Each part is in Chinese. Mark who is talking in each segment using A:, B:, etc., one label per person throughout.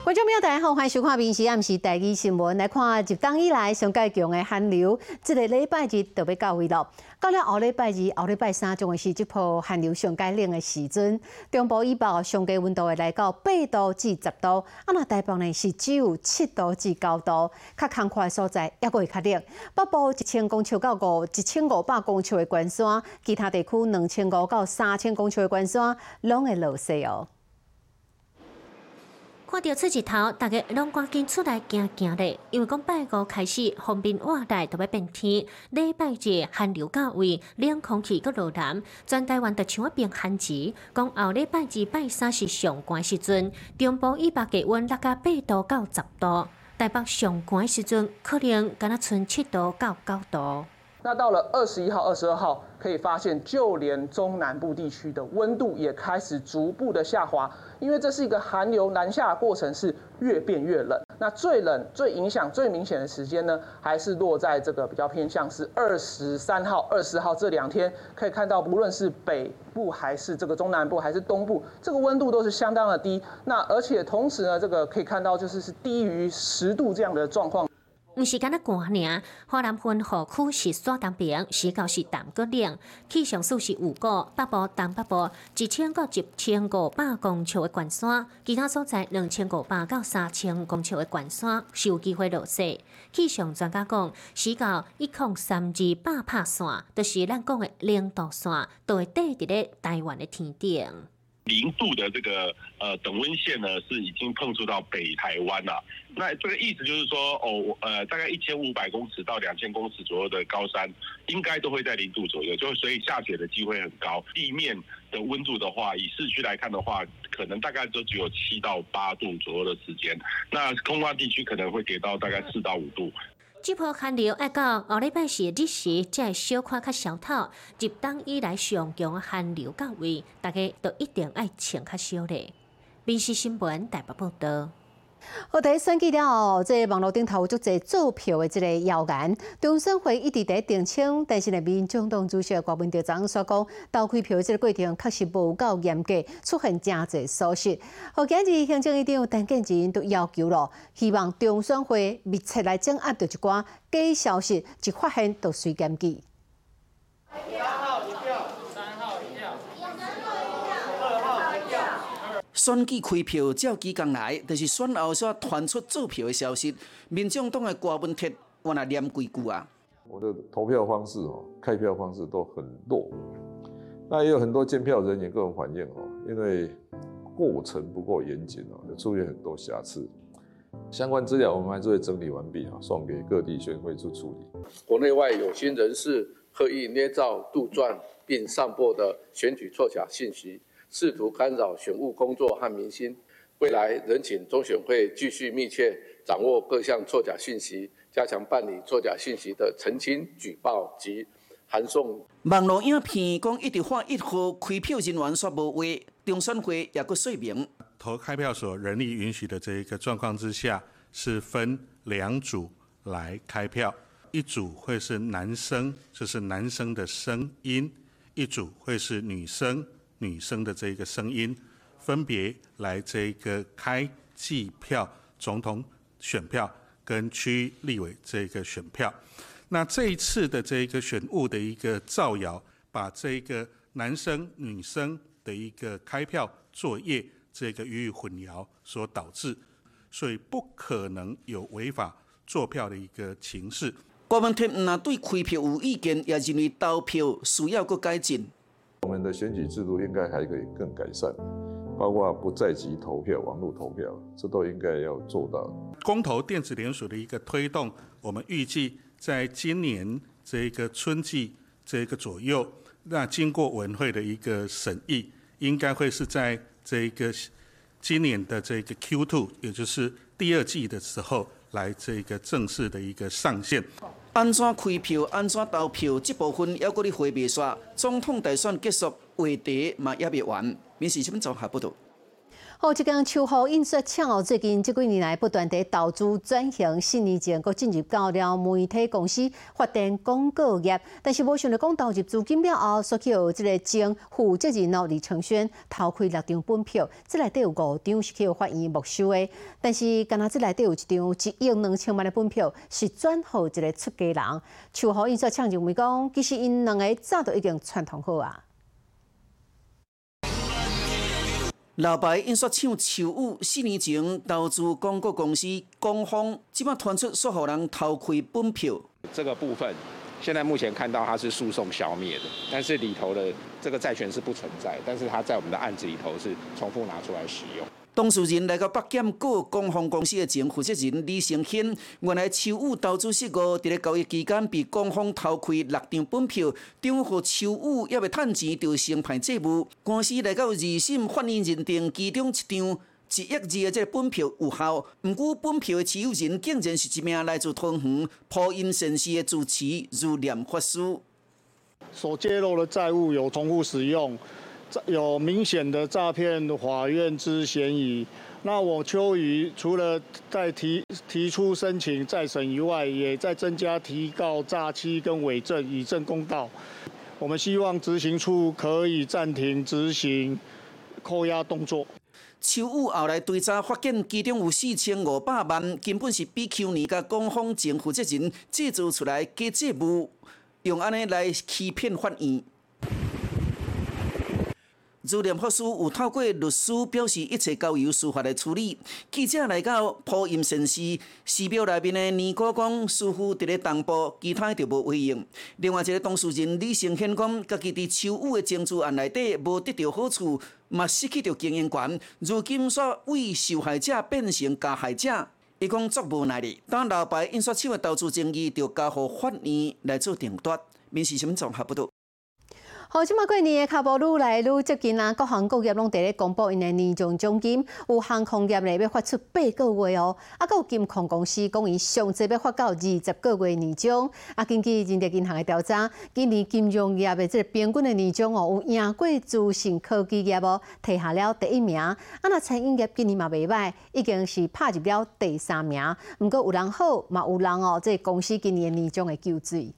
A: 观众朋友，大家好，欢迎收看《民视暗时第二新闻》。来看一冬以来上介强的寒流，这个礼拜日就要到位了。到了后礼拜二、后礼拜三，将会是这波寒流上介冷的时阵。中部以北上低温度会来到8度至10度，那台北呢是只有7度至9度，较空旷的所在也会较冷。北部1000公尺到1500公尺的关山，其他地区2500到3000公尺的关山，拢会落雪哦。
B: 看到出日头，大家拢赶紧出来行行咧，因为讲拜五开始，风面瓦带就要变天。礼拜日寒流到位，冷空气阁落南，全台湾就像要变寒极。讲后礼拜二、拜三是上寒时阵，中部以北低温落到8度到10度，台北上寒时阵可能敢若剩7度到9度。
C: 那到了21号、22号，可以发现，就连中南部地区的温度也开始逐步的下滑，因为这是一个寒流南下的过程，是越变越冷。那最冷、最影响、最明显的时间呢，还是落在这个比较偏向是23号、24号这2天，可以看到，不论是北部还是这个中南部还是东部，这个温度都是相当的低。那而且同时呢，这个可以看到就是低于10度这样的状况。
B: 毋是敢若寒尔，华南分河区是山东平，时到是淡搁冷，气象署是预估北部、东北部1000到1500公尺的悬山，其他所在2500到3000公尺的悬山是有机会落雪。气象专家讲，时到1032拍线，就是咱讲的0度线，都会缀伫咧台湾的天顶。
D: 0度的这个等温线呢，是已经碰触到北台湾了。那这个意思就是说，大概1500公尺到2000公尺左右的高山，应该都会在0度左右，就所以下雪的机会很高。地面的温度的话，以市区来看的话，可能大概都只有7到8度左右的时间。那空旷地区可能会跌到大概4到5度。
B: 这波寒流要到后礼拜四日时，才会小可较消透。入冬以来上强的寒流到位，大家都一定要穿较少咧。民视新闻台北报道。
A: 好，第一选举了后，这网络顶头有足侪做票的这个谣言，中选会一直在澄清，但是呢，民众党主席郭文哲昨说讲，投开票的这个过程确实无够严格，出现真侪疏失。好，今日行政院长陈建仁都要求了，希望中选会密切来掌握到一寡假消息，一发现就随检举。
E: 选举开票照几工来，就是选后煞传出做票的消息。民众党的郭文哲原来念几句啊？
F: 我的投票方式开票方式都很弱，那也有很多监票人员跟我反映因为过程不够严谨就出现很多瑕疵。相关资料我们还是会整理完毕送给各地选会处处理。
G: 国内外有心人士刻意捏造、杜撰并散播的选举错假信息，试图干扰选务工作和民心。未来仍请中选会继续密切掌握各项错假信息，加强办理错假信息的澄清、举报及函送。
E: 网络影片讲1月1号开票人员煞无话，中选会也佫说明，
H: 投开票所人力允许的这一个状况之下，是分2组来开票，一组会是男生，就是男生的声音；一组会是女生的这个声音，分别来这个开计票、总统选票跟区域立委这个选票。那这一次的这个选务的一个造谣，把这个男生女生的一个开票作业这个予以混淆所导致，所以不可能有违法作票的一个情势。
E: 郭文哲若对开票有意见，也认为投票需要佫改进。
F: 我们的选举制度应该还可以更改善，包括不在籍投票、网络投票，这都应该要做到。
H: 公投电子联署的一个推动，我们预计在今年这个春季这个左右，那经过委员会的一个审议，应该会是在这个今年的这个 Q2， 也就是第2季的时候，来这个正式的一个上线。
E: 安怎开票、安怎投票，这部分还佫咧回未煞。总统大选结束，话题嘛也未完。民视新闻综合报道。
A: 好，这间秋豪印刷厂最近这几年来不断地投资转型，4年前佫进入到了媒体公司发展广告业，但是无想到讲投入资金了后，所叫这个前负责人李承轩偷开6张本票，这内底有5张是去法院没收的，但是敢若这内底有1张1亿2千万的本票是转互一个出家人。秋豪印刷厂认为讲，其实因两个早就已经串通好啊。
E: 老牌印刷厂秋武4年前投资广告公司广丰，即摆传出说互人偷开本票。
I: 这个部分，现在目前看到它是诉讼消灭的，但是里头的这个债权是不存在，但是它在我们的案子里头是重复拿出来使用。
E: 当事人来到北检告广丰公司的前负责人李成显，原来秋武投资失误，伫咧交易期间被广丰偷开6张本票，张互秋武也未趁钱就成判债务。官司来到2审，法院认定其中1张1亿2的这个本票有效，毋过本票的持有人竟然是一名来自桃园普音县市的主持如念法师。
J: 所揭露的债务有重复使用。有明显的诈骗法院之嫌疑。那我秋雨除了在提出申请再审以外，也在增加提告诈欺跟伪证，以正公道。我们希望执行处可以暂停执行扣押动作。
E: 秋武后来追查发现，其中有4500万，根本是比去年甲广丰前负责人制造出来假债务，用安尼来欺骗法院。如念法师有透过律师表示，一切交由司法来处理。记者来到普音县市寺庙内面的尼姑讲，师傅伫咧同步，其他就无回应。另外一个当事人李成显讲，家己伫秋武的争执案内底无得到好处，嘛失去到经营权，如今煞为受害者变成加害者。伊讲足无奈的，当老牌印刷厂的投资争议，就交予法院来做定夺。民事新闻综合报道。
A: 好，即马过年的脚步愈来愈接近啦，各行各业拢伫咧公布因的年终奖金，有航空业咧要发出8个月哦，还有金控公司讲伊上济要发到20个月年终。根据人力银行的调查，今年金融业的这个平均的年终有赢过资讯科技业哦，摕下了第1名。那餐饮业今年嘛袂歹，已经是拍入了第3名。毋过有人好，嘛有人哦，这公司今年的年终会救水。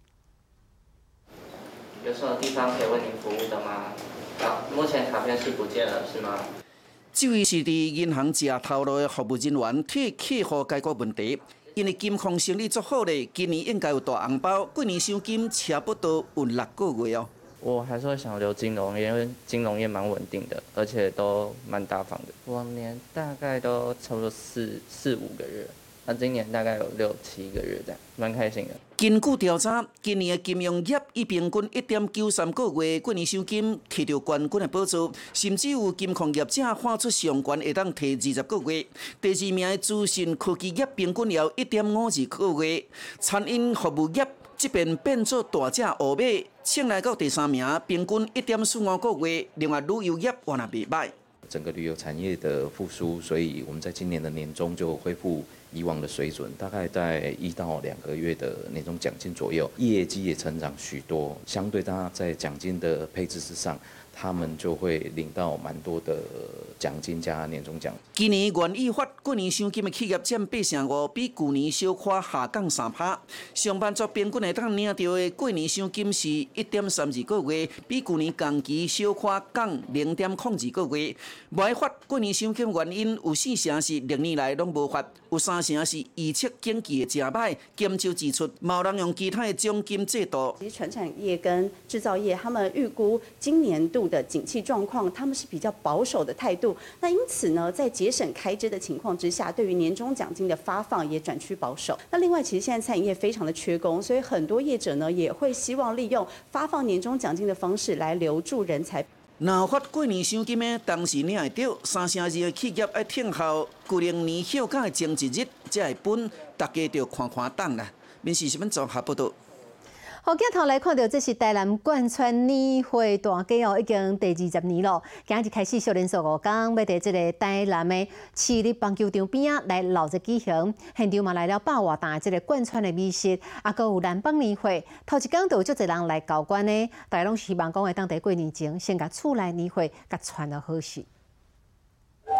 K: 有什么地方可以为您服务的吗？好，目前卡片是不见了，是吗？
E: 这位是伫银行食头路的服务人员，替客户解决问题。因为金控生意足好咧，今年应该有大红包，过年奖金差不多有6个月哦。
K: 我还是会想留金融业，因为金融业蛮稳定的，而且都蛮大方的。往年大概都差不多4、5个月。那今年大概有6、7个月这样，蛮开心的。
E: 根据调查，今年的金融业以平均1.93个月过年奖金摕到冠军的宝座，甚至有金控业者喊出上悬会当摕20个月。第2名的资讯科技业平均也有1.52个月，餐饮服务业这边变做大只乌马，请来到第3名，平均1.45个月。另外旅游业也袂歹。
L: 整个旅游产业的复苏，所以我们在今年的年中就恢复以往的水准，大概在1到2个月的年终奖金左右，业绩也成长许多。相对大家在奖金的配置之上，他们就会领到蛮多的奖金加年终奖。
E: 今年愿意发过年奖金的企业占8.5%，比去年小可下降3%。上班族平均会当领到的过年奖金是1.32个月，比去年同期小可降0.02个月。未发过年奖金原因有4成是历年来拢无发，有3成是预测经济的真歹，减少支出，冇人用其他的奖金制度。
M: 其实传产业跟制造业，他们预估今年度的景气状况，他们是比较保守的态度。那因此呢，在节省开支的情况之下，对于年终奖金的发放也转趋保守。那另外，其实现在餐饮业非常的缺工，所以很多业者呢也会希望利用发放年终奖金的方式来留住人才。
E: 若发过年奖金的，当时领会到3成2的企业要听候旧历年休假的前一日才会分，大家就看等啦。民视新闻综合报道。
A: 好，镜头来看到，这是台南贯穿年会大街哦，已经第20年咯。今日开始小连续5天，要伫这个台南的市立棒球场边仔来闹热举行。现场嘛来了100多担这个贯穿的美食，还佫有南邦年会。头一天就有足侪人来交关呢，大家拢希望讲会当在过年前先甲厝内年会甲传了好势。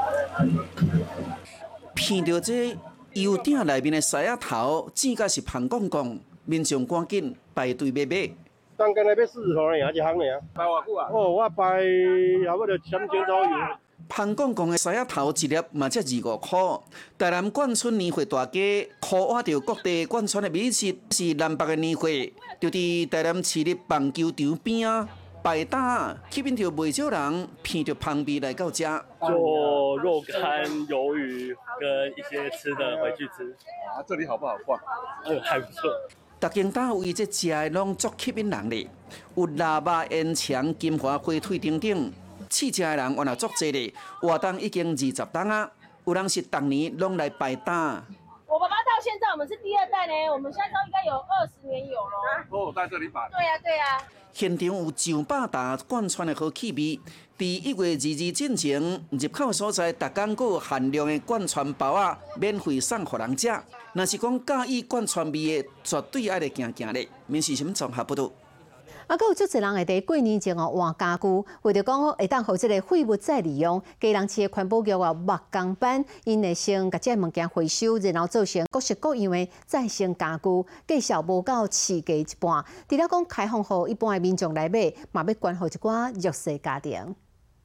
E: 闻到这油鼎内面的狮仔头，整甲是香公公，民众赶紧排队买买。
N: 刚刚那边40块尔，一箱尔。排偌久啊？哦，我排差不多3点左右。
E: 香公公的狮仔头一粒嘛才25块。台南冠村年会大街，考挖到各地贯穿的美食，是南北的年会，就伫台南市立棒球场边啊。摆搭，吸引到不少人闻到香味来到这。
N: 做肉干、鱿鱼跟一些吃的回去吃。
O: 啊，这里好不好逛？
N: 还不错。
E: 逐间单位这食的拢足吸引人咧，有腊肉、烟肠、金华火腿等等。试食的人原来足济咧，活动已经20档啊，有人是逐年拢来摆搭。
P: 我爸爸到现在我们是第2代呢，我们现在应该有20年有了。
O: 哦，在这里摆。
P: 对呀，对呀。
E: 现场有200打贯穿的好气味。伫1月22进前，入口所在逐天阁有限量的贯穿包啊，免费送予人食。若是讲介意贯穿味的，绝对爱来行行咧。民视新闻综合报道。
A: 啊，阁有足侪人会伫过年前换家具，为着讲会当互即个废物再利用，基隆市的环保局木工班，因会先甲这物件回收，然后做成各式各样的再生家具，价值无到市价一半。除了讲开放予一般的民众来买，嘛要关乎一寡弱势家庭。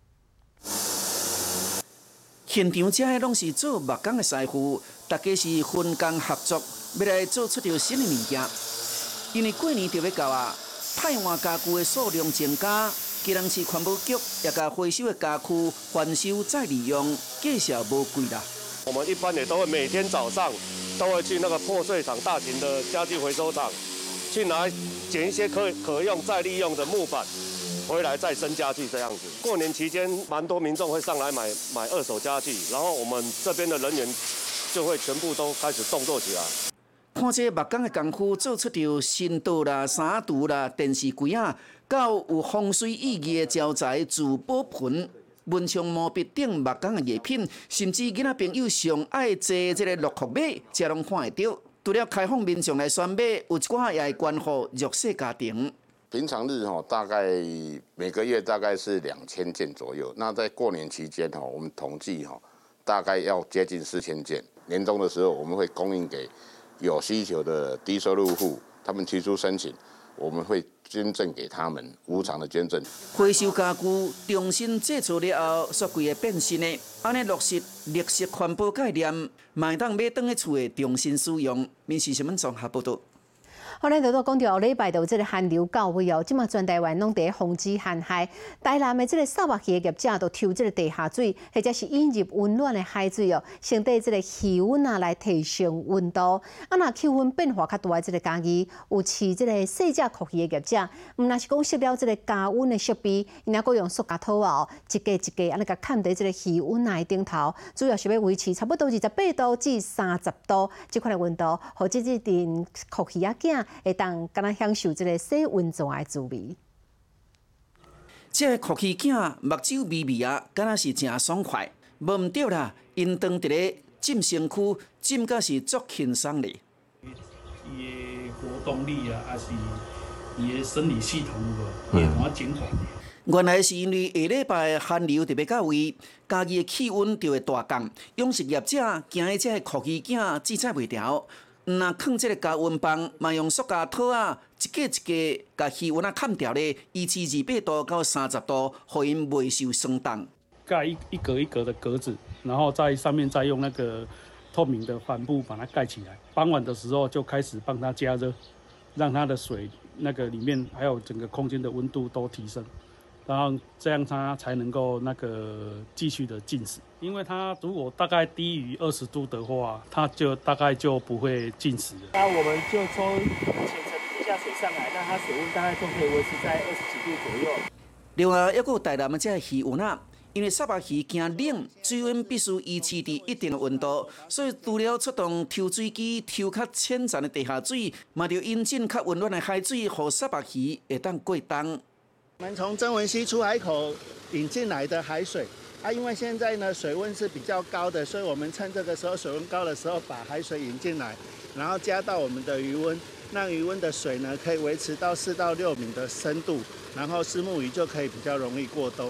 E: 现场遮的拢是做木工的师傅，大家是分工合作，要来做出着新的物件。因为过年就要到啊。汰换家具的数量增加，基隆市环保局也甲回收的家具回收再利用，价钱无贵啦。
N: 我们一般也都会每天早上都会去那个破碎厂、大型的家具回收厂，去捡一些可用再利用的木板，回来再生家具这样子。过年期间，蛮多民众会上来买2手家具，然后我们这边的人员就会全部都开始动作起来。
E: 看这木工的功夫，做出着新刀啦、衫櫥啦、电视柜啊，到有风水意义的招财珠宝盆、文创毛笔等木工的艺品，甚至囡仔朋友上爱坐这个乐酷马，才拢看会到。除了开放民众来选买，有一寡也会关乎弱势家庭。
Q: 平常日大概每个月大概是2000件左右。那在过年期间我们统计大概要接近4000件。年终的时候，我们会供应给有需求的低收入户，他们提出申请，我们会捐赠给他们，无偿的捐赠。
E: 回收家具重新制作了后，雪柜会变新的，安尼落实绿色环保概念，买当买回去厝的重新使用。民视新闻综合报道。
A: 好，咱都讲到后礼拜就有这个寒流到位哦，即马全台湾拢伫防止旱害。台南的这个沙漠鱼的业者就抽这个地下水，或者是引入温暖的海水哦，先对这个气温来提升温度。啊，若气温变化较大的这个家己，有饲这个细只壳鱼的业者，若是讲设了这个加温的设备，因还佫用塑胶套啊，一格一格安尼甲嵌在这个气温的顶头，主要是要维持差不多28度至30度这款的温度，或者这阵壳鱼仔囝会当敢若享受这个洗温泉的滋味。
E: 这个酷气囝目睭微微啊，敢若是真爽快。无毋对啦，因当伫咧浸身躯，浸甲是足轻松咧。
R: 伊的活动力啊，还是伊的生理系统有变化减缓。
E: 原来是因为下礼拜寒流特别到位，家己的气温就会大降，养殖业者惊迄只酷气囝制裁袂牢。那放这个加温棒，嘛用塑胶套啊，一格一格甲气温嵌掉咧，维持28度到30度，互因袂受霜冻。
R: 盖一格一格的格子，然后在上面再用那个透明的帆布把它盖起来。傍晚的时候就开始帮它加热，让它的水那个里面还有整个空间的温度都提升。然后这样它才能够继续的进食，因为它如果大概低于20度的话，它就大概就不会进食了。
S: 那我们就抽浅层地下水上来，那它水温大概都可以维持在20几度左右。
E: 另外，还有台南的这鱼温啊，因为沙漠鱼惊冷，水温必须维持伫一定的温度，所以除了出动抽水机抽较浅层的地下水，嘛要引进较温暖的海水，让沙漠鱼会当过冬。
T: 我们从曾文溪出海口引进来的海水，因为现在呢水温是比较高的，所以我们趁这个时候水温高的时候把海水引进来，然后加到我们的鱼温，让鱼温的水呢可以维持到4到6米的深度，然后虱目鱼就可以比较容易过冬的。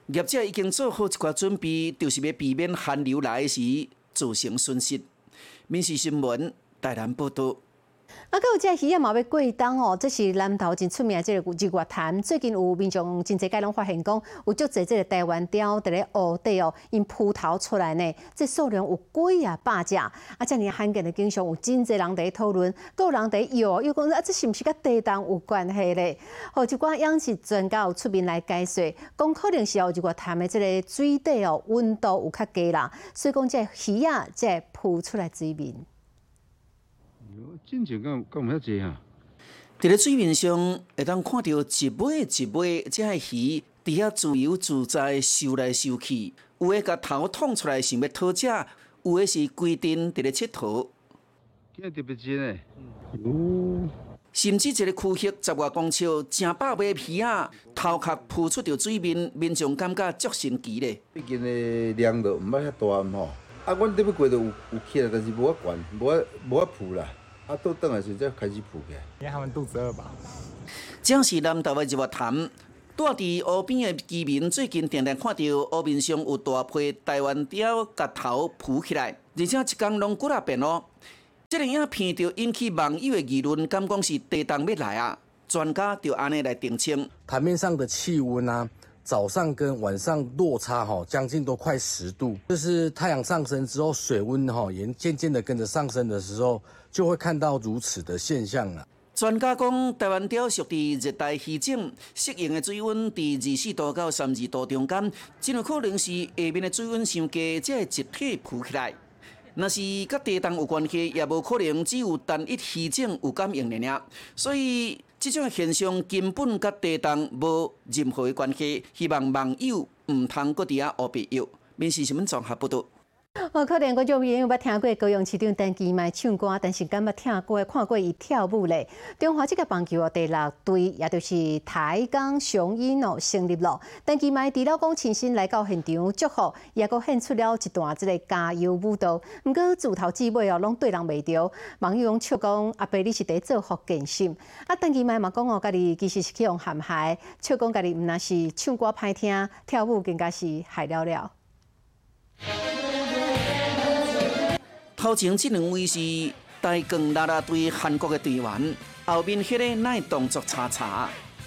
E: 业者已经做好一寡准备，就是要避免寒流来时造成损失。民视新闻台南报道。
A: 啊，还有这鱼啊，嘛要过冬哦。这是南投真出名的这个日月潭。最近有民众真侪解拢发现讲，有足侪这个台湾雕伫咧湖底哦，因扑头出来呢，这数量有几啊百只。啊，遮尔罕见的景象，有真侪人伫讨论，有人伫又讲啊，这是毋是甲地动有关系咧？哦，一寡养殖专家有出面来解说，讲可能是日月潭的这个水底哦，温度有较低啦，所以讲这鱼啊，才会扑出来水面。
U: 进前敢有遐济哈？
E: 伫咧水面上会当看到一尾一尾这鱼伫遐自由自在游来游去，有诶甲头捅出来想要讨食，有诶是规阵伫咧佚佗。
U: 今特别真诶，
E: 甚至一个区域10外公尺、成百尾鱼啊，头壳浮出着水面，民众感觉足神奇咧。
U: 最近诶量就毋捌遐大吼，啊，阮这要过就有起来，但是无遐悬，无遐浮啦。啊，倒转来时才开始浮起来。
V: 因为他们肚子饿吧。
E: 这是南投的日月潭，住伫湖边的居民最近常常看到湖面上有大批台湾雕甲头浮起来，而且一天拢几啊遍哦。这个影片就引起网友的议论，敢讲是地动要来啊？专家就安尼来定清。
W: 潭面上的气温啊，早上跟晚上落差将近都快10度，就是太阳上升之后，水温也渐渐的跟着上升的时候，就会看到如此的现象了。
E: 专家讲，台湾雕属于热带鱼种，适应的水温在24度到32度中间，真有可能是下面的水温伤低，才会集体浮起来。若是甲地动有关系，也无可能只有单一鱼种有感应尔。所以，这种现象根本甲地动无任何的关系。希望网友唔通搁伫遐乌白药。民视新闻综合报道。
A: 可能观众朋友捌听过高雄市长陈其迈唱歌，但是敢捌听过、看过伊跳舞咧。中华这个棒球第6队，也就是台钢雄鹰成立了。陈其迈除了讲亲身来到现场祝福，也阁献出了一段这个加油舞蹈。不过自头至尾拢对人袂着，网友笑讲阿伯你是伫做福建心。啊，陈其迈嘛讲家己其实是去用陷害，笑讲家己毋那是唱歌歹听，跳舞更加是害了。头前这2位是台钢啦啦队韩国的队员，后面迄个乃动作叉叉。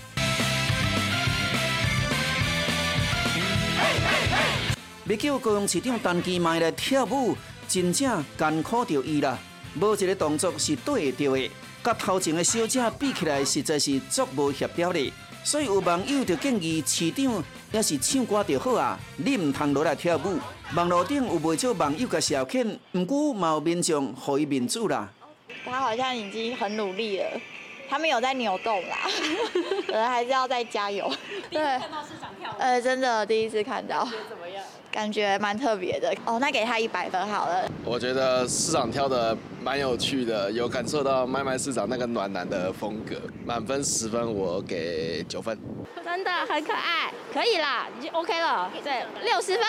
A: 要叫高雄市长陈其迈来跳舞，真正艰苦着伊啦。无一个动作是对得着的，甲头前的小姐比起来，实在是足无协调的。所以有网友就建议市长要是唱歌就好啊，你唔通落来跳舞。网络顶有袂少网友甲调侃，不过嘛有民众予伊面子啦。
X: 他好像已经很努力了，他没有在扭动啦，可能还是要再加油。
P: 第一次看到市长跳舞，
X: 真的第一次看到，
P: 觉得怎么样？
X: 感觉蛮特别的哦。那给他100分好了。
Y: 我觉得市长跳的蛮有趣的，有感受到麦麦市长那个暖男的风格。满分10分，我给9分。
P: 真的很可爱，可以啦，已经 OK 了。对，60分。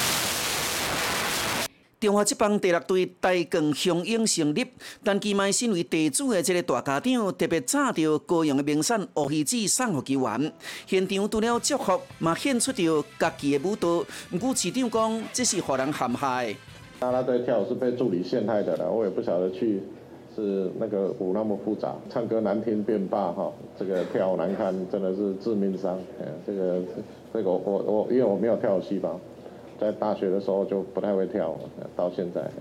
E: 中华职棒第6队台钢雄鹰成立，陈其迈身为地主的这个大家长，特别炸着高雄的名产乌鱼子送给球员。现场除了祝福，嘛献出着家己的舞蹈。不过市长讲，这是互人陷害。
Z: 啦啦队跳舞是被助理陷害的了，我也不晓得是那个舞那么复杂，唱歌难听变霸哈，这个跳舞难看真的是致命伤。这个我因为我没有跳舞细胞。在大学的时候就不太会跳，到现在。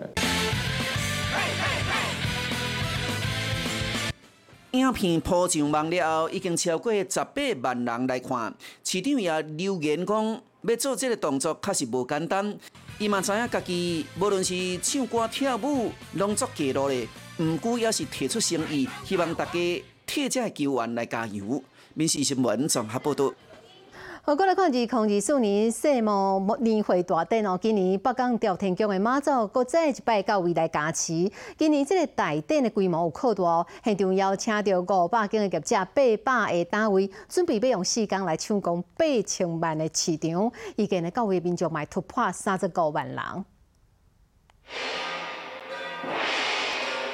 E: 影片铺上网了后，已经超过18万人来看。市长也留言讲，要做这个动作确实无简单。伊嘛知影家己无论是唱歌跳舞，拢足给力的。不过也是提出诚意，希望大家替这球员来加油。民视新闻综合报道。好，过来看2024年世贸年会大典哦。今年北港朝天宫的妈祖，搁再一摆到位来加持。今年这个大典的规模有扩大哦，现场邀请到500间的业者、800个单位，准备要用4天来抢攻8000万的市场。预计呢，到位民众嘛突破35万人。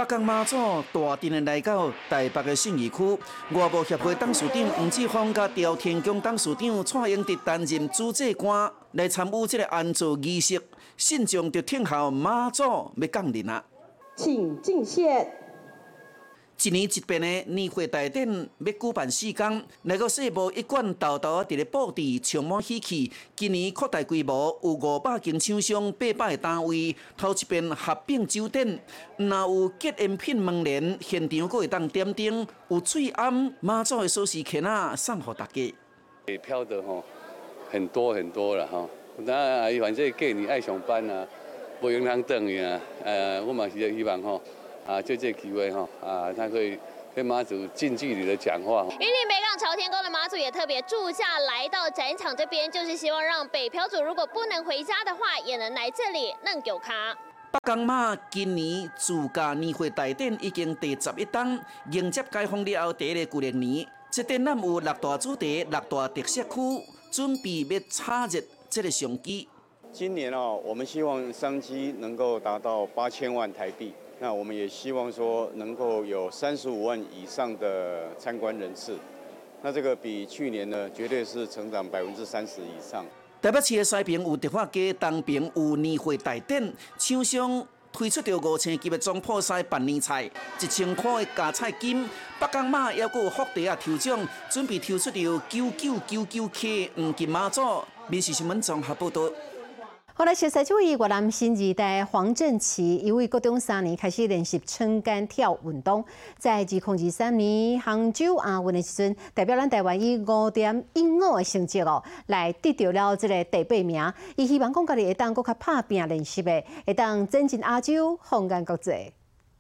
E: 北港妈祖大阵的来到台北的信义区，外务协会董事长黄志芳甲廖天强董事长蔡英德担任主祭官来参与这个安葬仪式，信众就听候妈祖要降临啊！
B: 请进线。
E: 一年一变的年会大典要举办4天，来到世贸一馆豆豆啊，伫咧布置充满喜气。今年扩大规模，有500间厂商、800个单位，头一遍合并酒店，若有结缘品门帘，现场阁会当点灯，有水暗妈祖的锁匙圈啊，送予大家。
C: 票的吼很多很多了哈，那反正过年爱上班啊，无用通等去啊，我嘛是希望吼。就这机会哈他可以跟妈祖近距离的讲话。
D: 云林北港朝天宫的妈祖也特别驻驾来到展场这边，就是希望让北漂族如果不能回家的话，也能来这里弄有卡。
E: 北港妈今年自驾年会大典已经第11档，迎接解封了后第一个旧历年。这展览有6大主题、6大特色区，准备要插入这个商机。
F: 今年我们希望商机能够达到8000万台币。那我们也希望说能够有35万以上的参观人次，那这个比去年呢，绝对是成长30%以上。
E: 台北市的西平有迪化街，东平有年会大典，厂商推出着5000级的中破西办年菜，1000块的加菜金。北港妈还有福地啊抽奖，准备抽出着9999K 黄金妈祖。民视新闻综合报道。
A: 后来，熟悉这位越南新二代黄正琦，因为高中3年开始练习撑杆跳运动，在2023年杭州亚运的时阵，代表咱台湾以5.15的成绩来得到了这个第8名。伊希望讲家己会当搁较拍拼练习的，会当增进亚洲，放眼国际。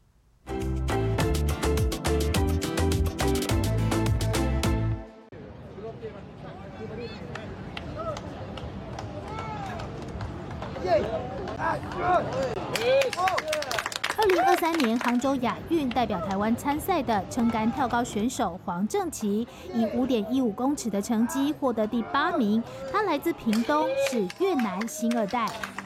G: 2023年杭州亚运代表台湾参赛的撑杆跳高选手黄正琦，以5.15公尺的成绩获得第8名。他来自屏东，是越南新2代。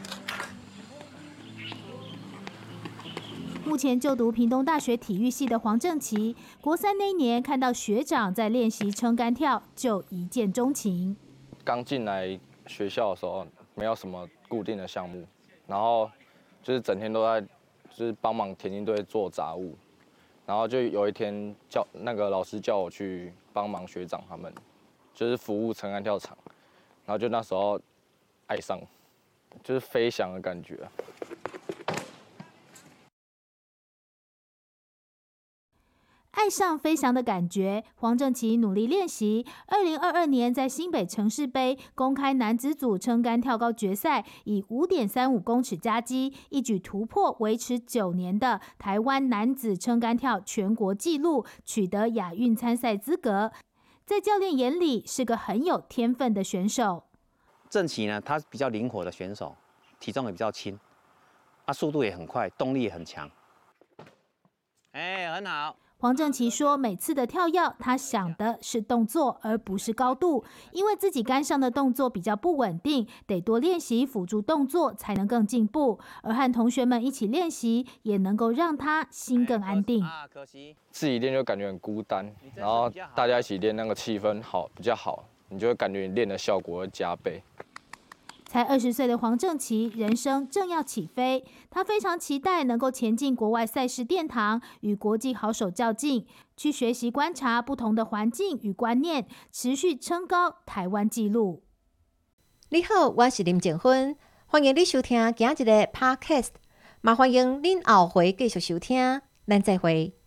G: 目前就读屏东大学体育系的黄正琦，国3那一年看到学长在练习撑杆跳，就一见钟情。
K: 刚进来学校的时候，没有什么固定的项目，然后就是整天都在就是帮忙田径队做杂物，然后就有一天那个老师叫我去帮忙学长他们，就是服务撑杆跳场，然后就那时候爱上，就是飞翔的感觉。
G: 爱上飞翔的感觉，黄正琦努力练习。2022年在新北城市杯公开男子组撑杆跳高决赛，以5.35公尺佳绩，一举突破维持9年的台湾男子撑杆跳全国纪录，取得亚运参赛资格。在教练眼里，是个很有天分的选手。
V: 正琦呢，他比较灵活的选手，体重也比较轻，速度也很快，动力也很强。很好。
G: 黄正琦说，每次的跳跃，他想的是动作，而不是高度，因为自己杆上的动作比较不稳定，得多练习辅助动作才能更进步。而和同学们一起练习，也能够让他心更安定。
K: 自己练就感觉很孤单，然后大家一起练，那个气氛比较好，你就会感觉你练的效果会加倍。
G: 才20岁的黄正琦，人生正要起飞。他非常期待能够前进国外赛事殿堂，与国际好手较劲，去学习观察不同的环境与观念，持续撑高台湾纪录。
A: 你好，我是林静芬，欢迎你收听今日的 Podcast， 麻烦您后回继续收听，咱再会。